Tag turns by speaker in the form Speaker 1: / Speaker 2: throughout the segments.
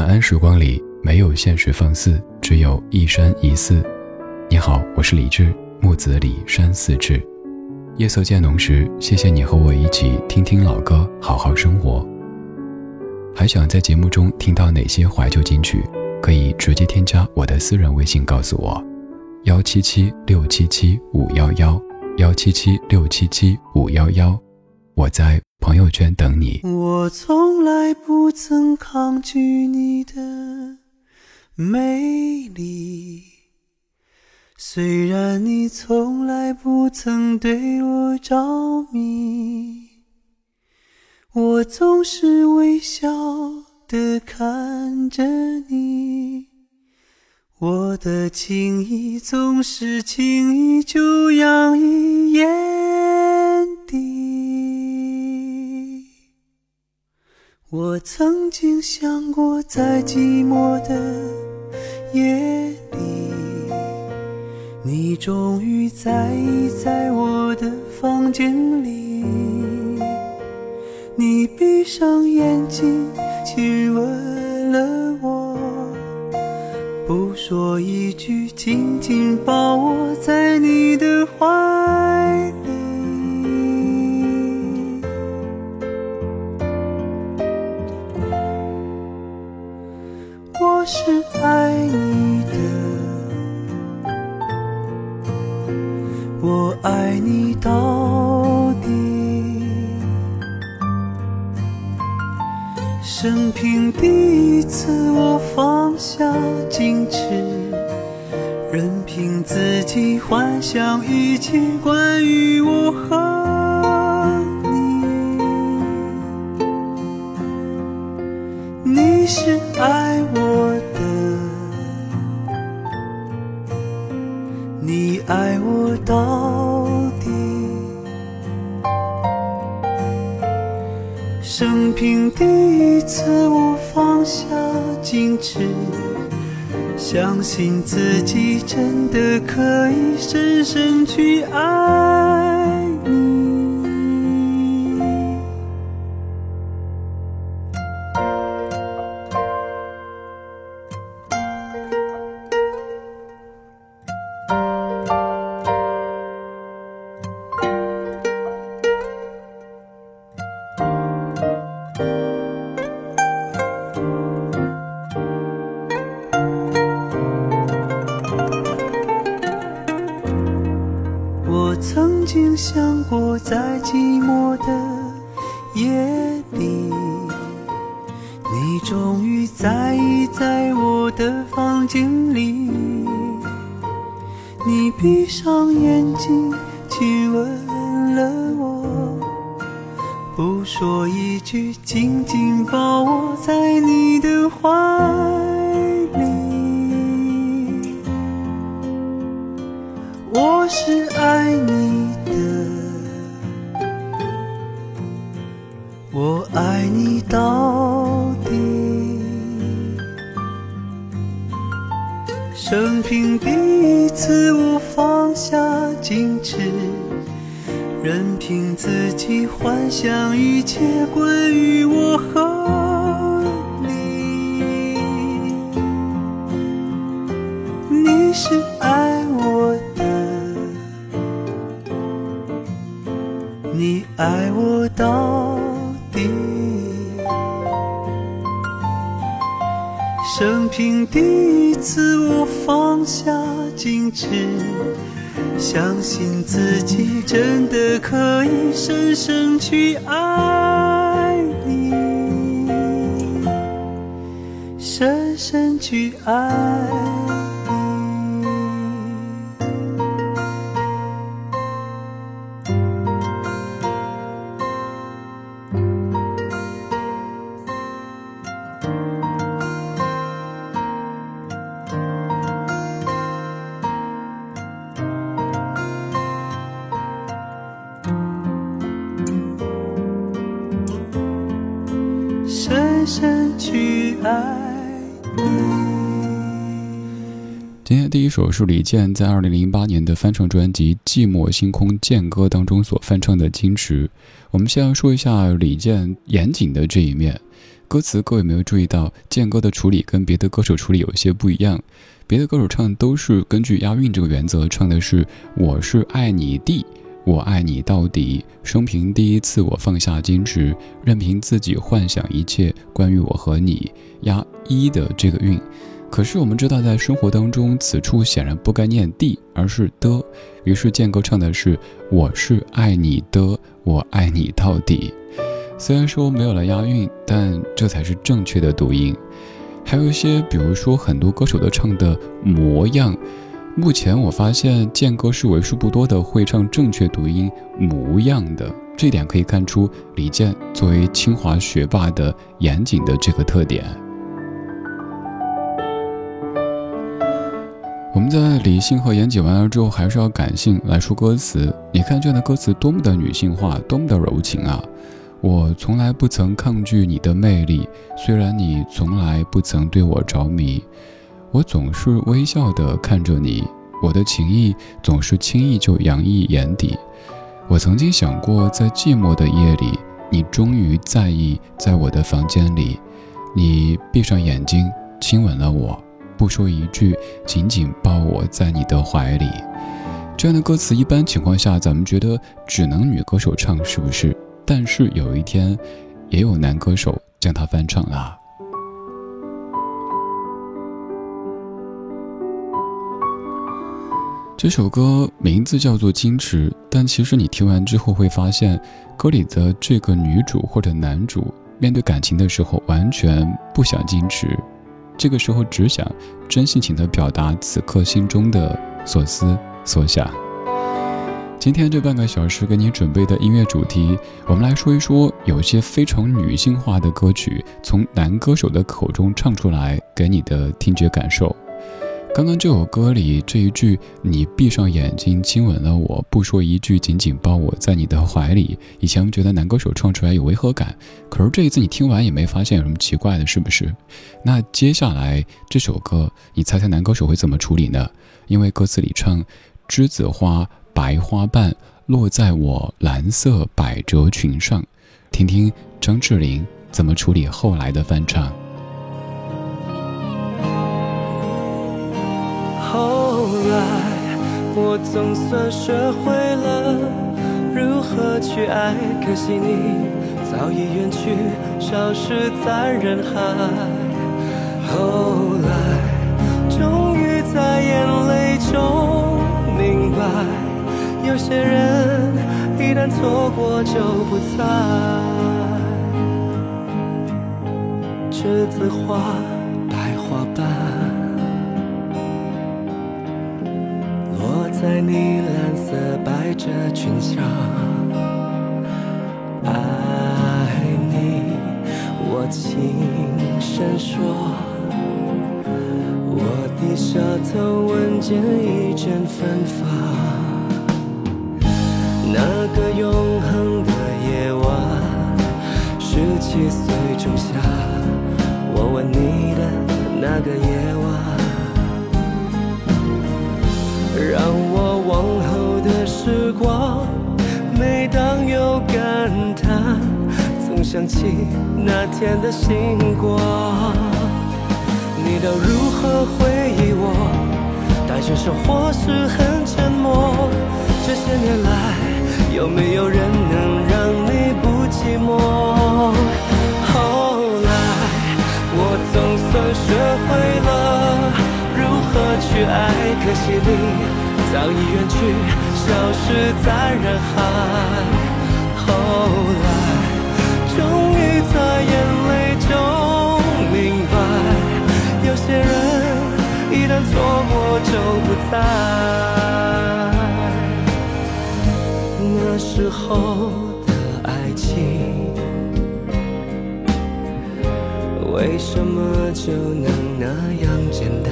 Speaker 1: 安时光里没有现实放肆，只有一山一寺。你好，我是李志，木子李山寺志。夜色渐浓时，谢谢你和我一起听听老歌，好好生活。还想在节目中听到哪些怀旧金曲，可以直接添加我的私人微信告诉我，177677511，177677511，我在朋友圈等你。
Speaker 2: 我从来不曾抗拒你的美丽，虽然你从来不曾对我着迷，我总是微笑地看着你，我的情意总是轻易就洋溢眼底。我曾经想过，在寂寞的夜里，你终于在我的房间里，你闭上眼睛亲吻了我，不说一句，紧紧抱我在你的怀里。我是爱你的，我爱你到底，生平第一次我放下矜持，任凭自己幻想一切关于我和你。你是爱我的，你爱我到底，生平第一次我放下矜持，相信自己真的可以深深去爱你。我曾经想过，在寂寞的夜里，你终于在我的房间里，你闭上眼睛亲吻了我，不说一句，紧紧抱我在你的怀里。我是爱你的，我爱你到底，生平第一次我放下矜持，任凭自己幻想一切关于我和你。你是爱我的，你爱我到底，生平第一次我放下矜持，相信自己真的可以深深去爱你，深深去爱你。深深去爱你。
Speaker 1: 今天第一首是李健在2008年的翻唱专辑《寂寞星空剑歌》当中所翻唱的《矜持》。我们先要说一下李健严谨的这一面。 歌词各位有没有注意到，健哥的处理跟别的歌手处理有些不一样？别的歌手唱都是根据押韵这个原则，唱的是我是爱你的，我爱你到底，生平第一次我放下矜持，任凭自己幻想一切关于我和你，押一的这个韵。可是我们知道，在生活当中，此处显然不该念的，而是的。于是健哥唱的是我是爱你的，我爱你到底。虽然说没有了押韵，但这才是正确的读音。还有一些，比如说很多歌手都唱的模样，目前我发现健哥是为数不多的会唱正确读音模样的，这点可以看出李健作为清华学霸的严谨的这个特点。我们在理性和严谨完了之后，还是要感性来说歌词。你看这样的歌词多么的女性化，多么的柔情啊！我从来不曾抗拒你的魅力，虽然你从来不曾对我着迷，我总是微笑地看着你，我的情意总是轻易就洋溢眼底。我曾经想过，在寂寞的夜里，你终于在意在我的房间里，你闭上眼睛亲吻了我，不说一句，紧紧抱我在你的怀里。这样的歌词一般情况下咱们觉得只能女歌手唱，是不是？但是有一天也有男歌手将它翻唱了。这首歌名字叫做矜持，但其实你听完之后会发现，歌里的这个女主或者男主面对感情的时候完全不想矜持，这个时候只想真性情地表达此刻心中的所思所想。今天这半个小时给你准备的音乐主题，我们来说一说有些非常女性化的歌曲从男歌手的口中唱出来给你的听觉感受。刚刚这首歌里这一句你闭上眼睛亲吻了我，不说一句，紧紧抱我在你的怀里，以前我们觉得男歌手唱出来有违和感，可是这一次你听完也没发现有什么奇怪的，是不是？那接下来这首歌你猜猜男歌手会怎么处理呢？因为歌词里唱栀子花白花瓣落在我蓝色百褶裙上，听听张智霖怎么处理后来的翻唱。
Speaker 2: 后来我总算学会了如何去爱，可惜你早已远去，消失在人海。后来终于在眼泪中明白，有些人一旦错过就不在。栀子花白花瓣落在你蓝色百褶裙上，爱你我轻声说，我低下头闻见一阵芬芳。那个永恒的夜晚，17岁仲夏，我吻你的那个夜晚，让我往后的时光，每当有感叹，总想起那天的星光。你都如何回忆我？带着生活是很沉默。这些年来，有没有人能让你不寂寞？后来我总算学会了如何去爱，可惜你早已远去，消失在人海。后来终于在眼泪中明白，有些人一旦错过就不在。那时候的爱情为什么就能那样简单？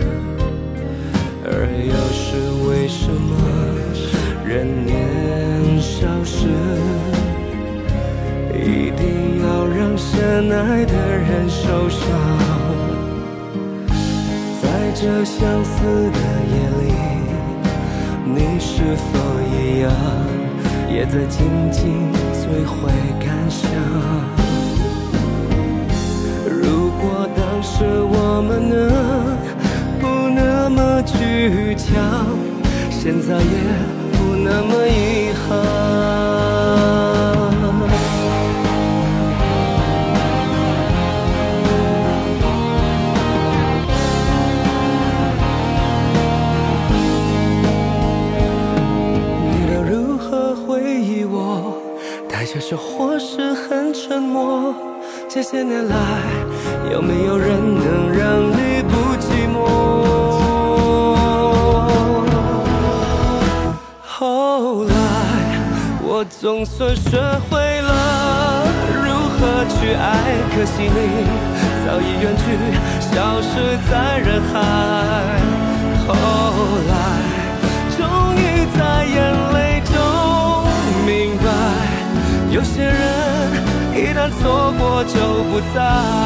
Speaker 2: 而又是为什么人年少时一定要让深爱的人受伤？在这相似的夜里，你是否一样也在静静摧毁感伤？ 去讲，现在也不那么遗憾。这是或是很沉默，这些年来有没有人能让你不寂寞？后来我总算学会了如何去爱，可惜你早已远去，消失在人海。后来终于在眼泪中明白，有些人一旦错过就不再，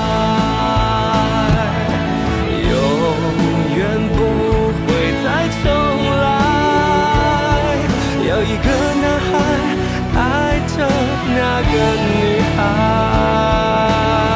Speaker 2: 永远不会再重来。有一个男孩爱着那个女孩，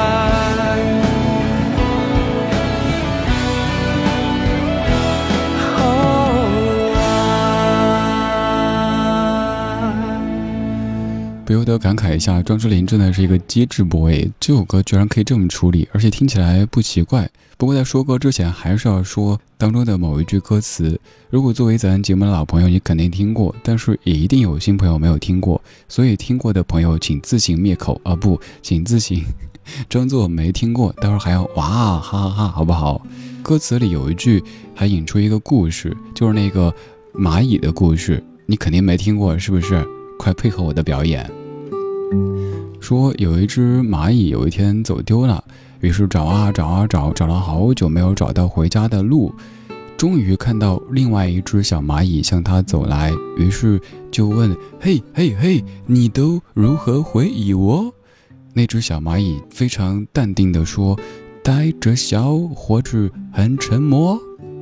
Speaker 1: 不由得感慨一下，庄之琳真的是一个机智 boy， 这首歌居然可以这么处理，而且听起来不奇怪。不过在说歌之前，还是要说当中的某一句歌词，如果作为咱节目的老朋友，你肯定听过，但是也一定有新朋友没有听过，所以听过的朋友请自行灭口啊，不，请自行装作没听过，待会儿还要哇哈哈哈，好不好？歌词里有一句还引出一个故事，就是那个蚂蚁的故事，你肯定没听过，是不是？快配合我的表演。说有一只蚂蚁有一天走丢了，于是找了好久没有找到回家的路，终于看到另外一只小蚂蚁向他走来，于是就问：嘿嘿嘿，你都如何回忆我？那只小蚂蚁非常淡定地说：带着笑，或者很沉默。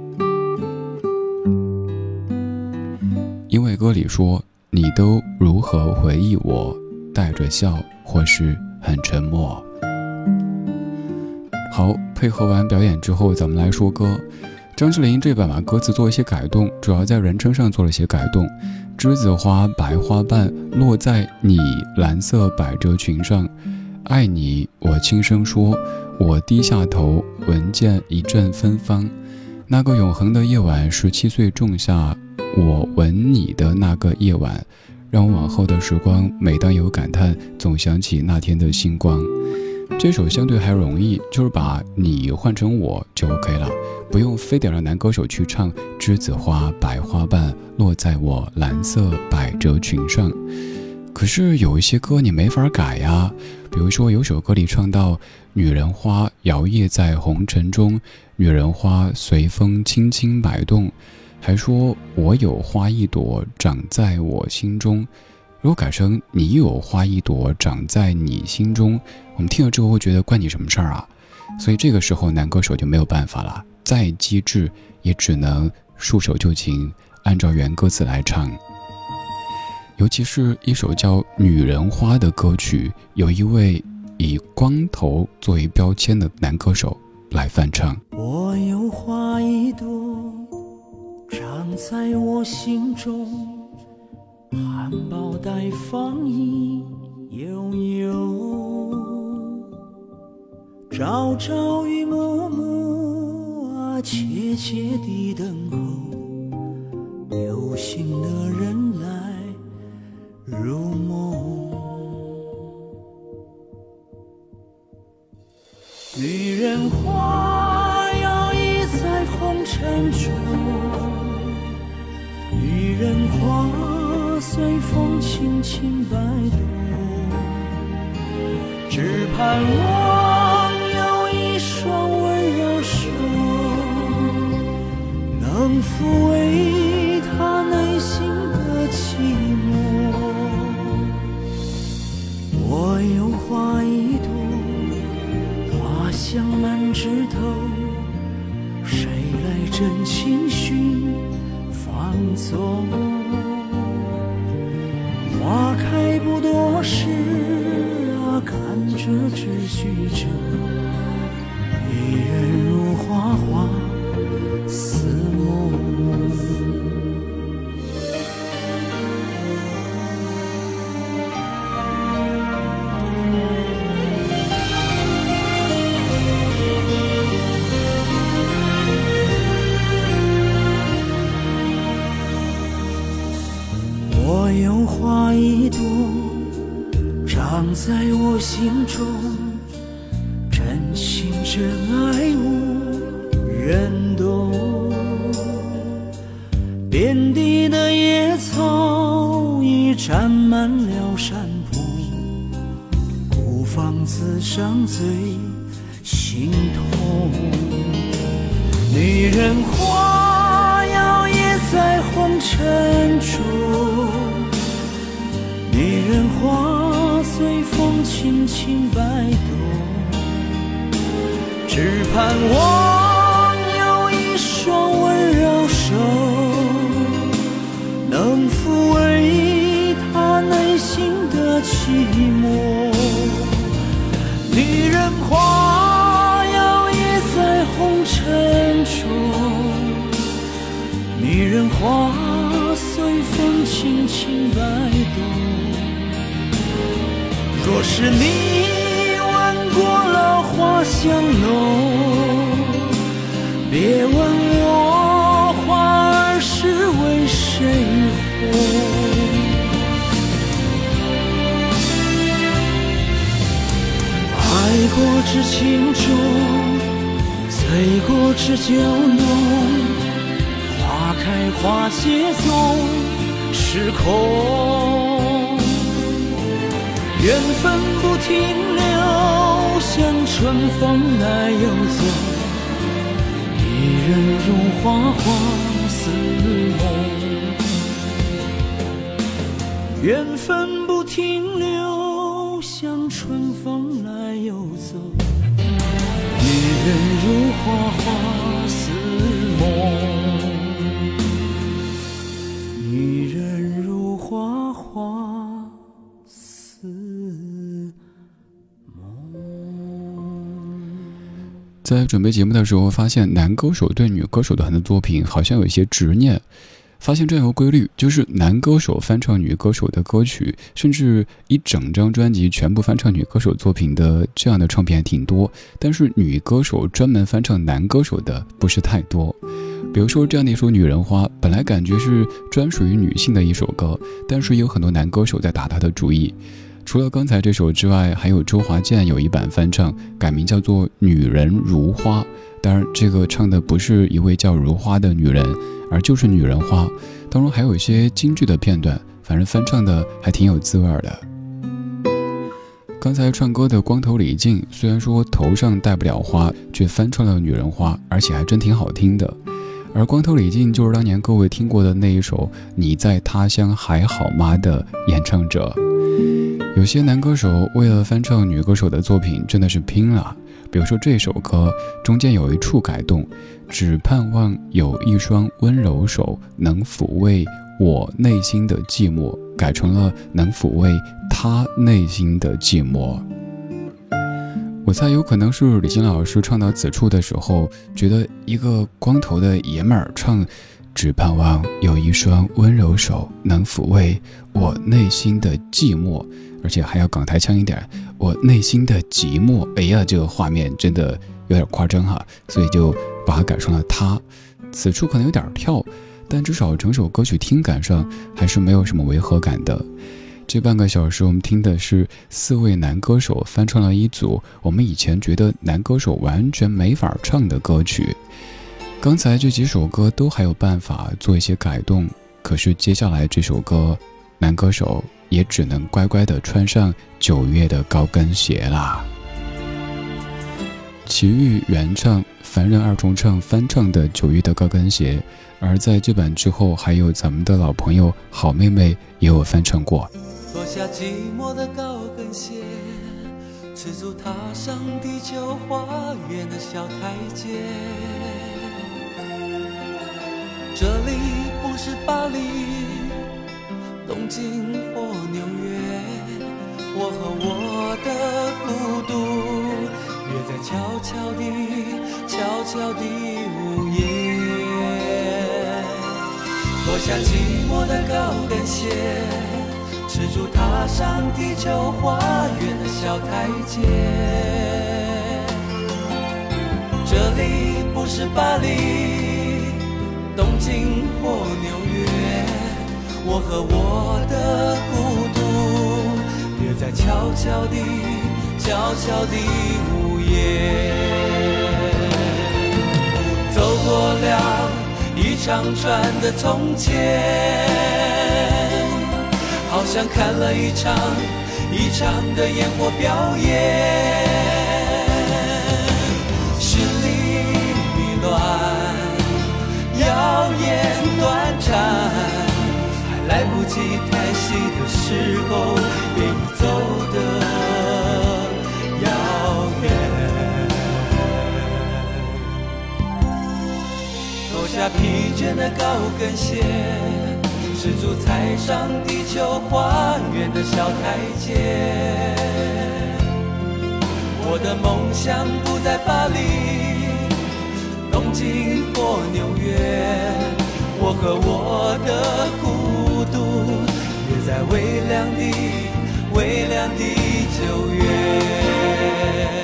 Speaker 1: 因为歌里说你都如何回忆我，带着笑或是很沉默。好，配合完表演之后，咱们来说歌。张智霖这版把歌词做一些改动，主要在人称上做了些改动。栀子花白花瓣落在你蓝色百褶裙上，爱你我轻声说，我低下头闻见一阵芬芳。那个永恒的夜晚，17岁仲夏，我吻你的那个夜晚，让我往后的时光，每当有感叹，总想起那天的星光。这首相对还容易，就是把你换成我就 OK 了，不用非得让男歌手去唱栀子花白花瓣落在我蓝色百褶裙上。可是有一些歌你没法改呀，比如说有首歌里唱到女人花摇曳在红尘中，女人花随风轻轻摆动，还说我有花一朵长在我心中。如果改成你有花一朵长在你心中，我们听了之后会觉得关你什么事儿啊？所以这个时候男歌手就没有办法了，再机智也只能束手就擒，按照原歌词来唱。尤其是一首叫《女人花》的歌曲，有一位以光头作为标签的男歌手来翻唱。
Speaker 2: 我有花一朵长在我心中，含苞待放意悠悠，朝朝与暮暮啊，切切地等候有心的人来入梦。女人花摇曳在红尘中，女人花随风轻轻摆动，只盼望有一双温柔手能抚慰她内心的寂寞。我有花一朵，花香满枝头，谁来真情寻放纵？花开不多时啊，看着只须着，一人如花花似梦。我有花一朵，长在我心中，真心真爱无人懂。遍地的野草已占满了山坡，孤芳自赏最心痛。女人花摇曳在红尘中，女人花随风轻轻摆动，只盼望有一双温柔手，能抚慰她内心的寂寞。女人花摇曳在红尘中，女人花随风轻轻摆动。若是你闻过了花香浓，别问我花儿是为谁红。爱过知情重，醉过知酒浓，花开花谢总是空。缘分不停留，像春风来又走，一人如花花似梦。缘分不停留，像春风来又走，一人如花花似梦。一人如花花似
Speaker 1: 在准备节目的时候，发现男歌手对女歌手的很多作品好像有一些执念。发现这样一个规律，就是男歌手翻唱女歌手的歌曲，甚至一整张专辑全部翻唱女歌手作品的这样的唱片挺多，但是女歌手专门翻唱男歌手的不是太多。比如说这样的一首《女人花》，本来感觉是专属于女性的一首歌，但是有很多男歌手在打她的主意。除了刚才这首之外，还有周华健有一版翻唱，改名叫做《女人如花》。当然这个唱的不是一位叫如花的女人，而就是女人花，当中还有一些京剧的片段，反正翻唱的还挺有滋味的。刚才唱歌的光头李静，虽然说头上戴不了花，却翻唱了女人花，而且还真挺好听的。而光头李静就是当年各位听过的那一首《你在他乡还好吗》的演唱者。有些男歌手为了翻唱女歌手的作品真的是拼了，比如说这首歌中间有一处改动，只盼望有一双温柔手能抚慰我内心的寂寞，改成了能抚慰他内心的寂寞。我猜有可能是李菁老师唱到此处的时候，觉得一个光头的爷们儿唱只盼望有一双温柔手能抚慰我内心的寂寞，而且还要港台腔一点，我内心的寂寞。哎呀，这个画面真的有点夸张哈，所以就把它改成了他。此处可能有点跳，但至少整首歌曲听感上还是没有什么违和感的。这半个小时我们听的是4位男歌手翻唱了一组我们以前觉得男歌手完全没法唱的歌曲。刚才这几首歌都还有办法做一些改动，可是接下来这首歌男歌手也只能乖乖地穿上9月的高跟鞋啦。齐豫原唱，凡人二重唱翻唱的9月的高跟鞋，而在这版之后还有咱们的老朋友好妹妹也有翻唱过。
Speaker 2: 脱下寂寞的高跟鞋，赤足踏上地球花园的小台阶。这里不是巴黎、东京或纽约，我和我的孤独约在悄悄地午夜。 脱下寂寞的高跟鞋，赤足踏上地球花园的小台阶。这里不是巴黎、东京或纽约，我和我的孤独约在悄悄地午夜，走过了一长串的从前，好像看了一场的烟火表演，绚丽迷乱，耀眼短暂，还来不及叹息的时候，便已走得遥远。脱下疲倦的高跟鞋，赤足踩上地球花园的小台阶。我的梦想不在巴黎、东京或纽约，我和我的孤独约在微凉的9月。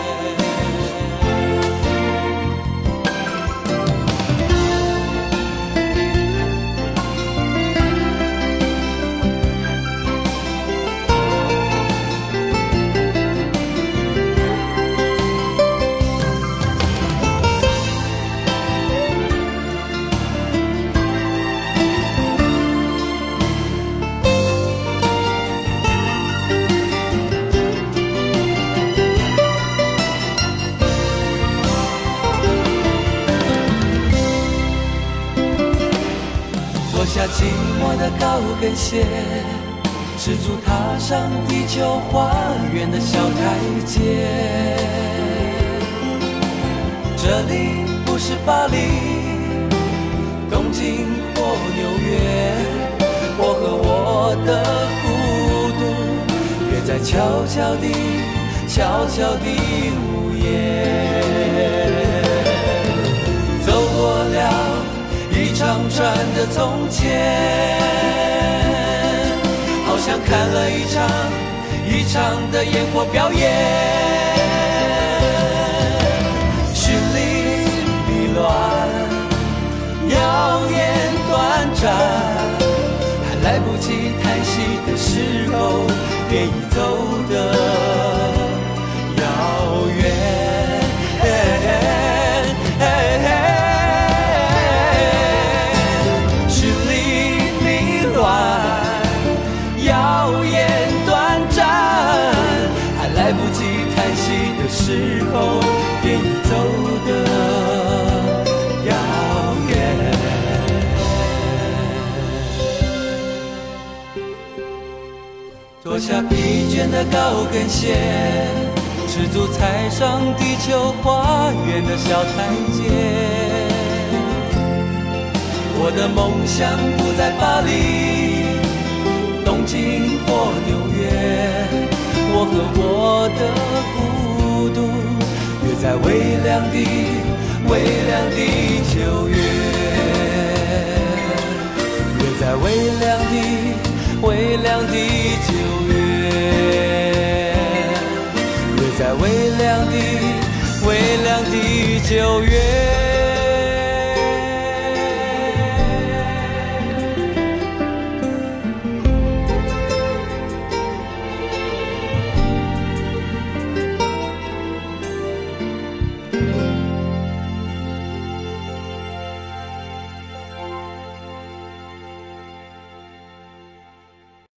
Speaker 2: 脱下寂寞的高跟鞋，赤足踏上地球花园的小台阶。这里不是巴黎、东京或纽约，我和我的孤独约在悄悄地午夜，走过了一长串的从前，好像看了一场的烟火表演，绚丽迷乱，耀眼短暂，还来不及叹息的时候，便已走得遥远。时候便已走得遥远，脱下疲倦的高跟鞋，赤足踩上地球花园的小台阶。我的梦想不在巴黎、东京或纽约，我和我的孤独约在微凉的9月，约在微凉的9月，约在微凉的9月。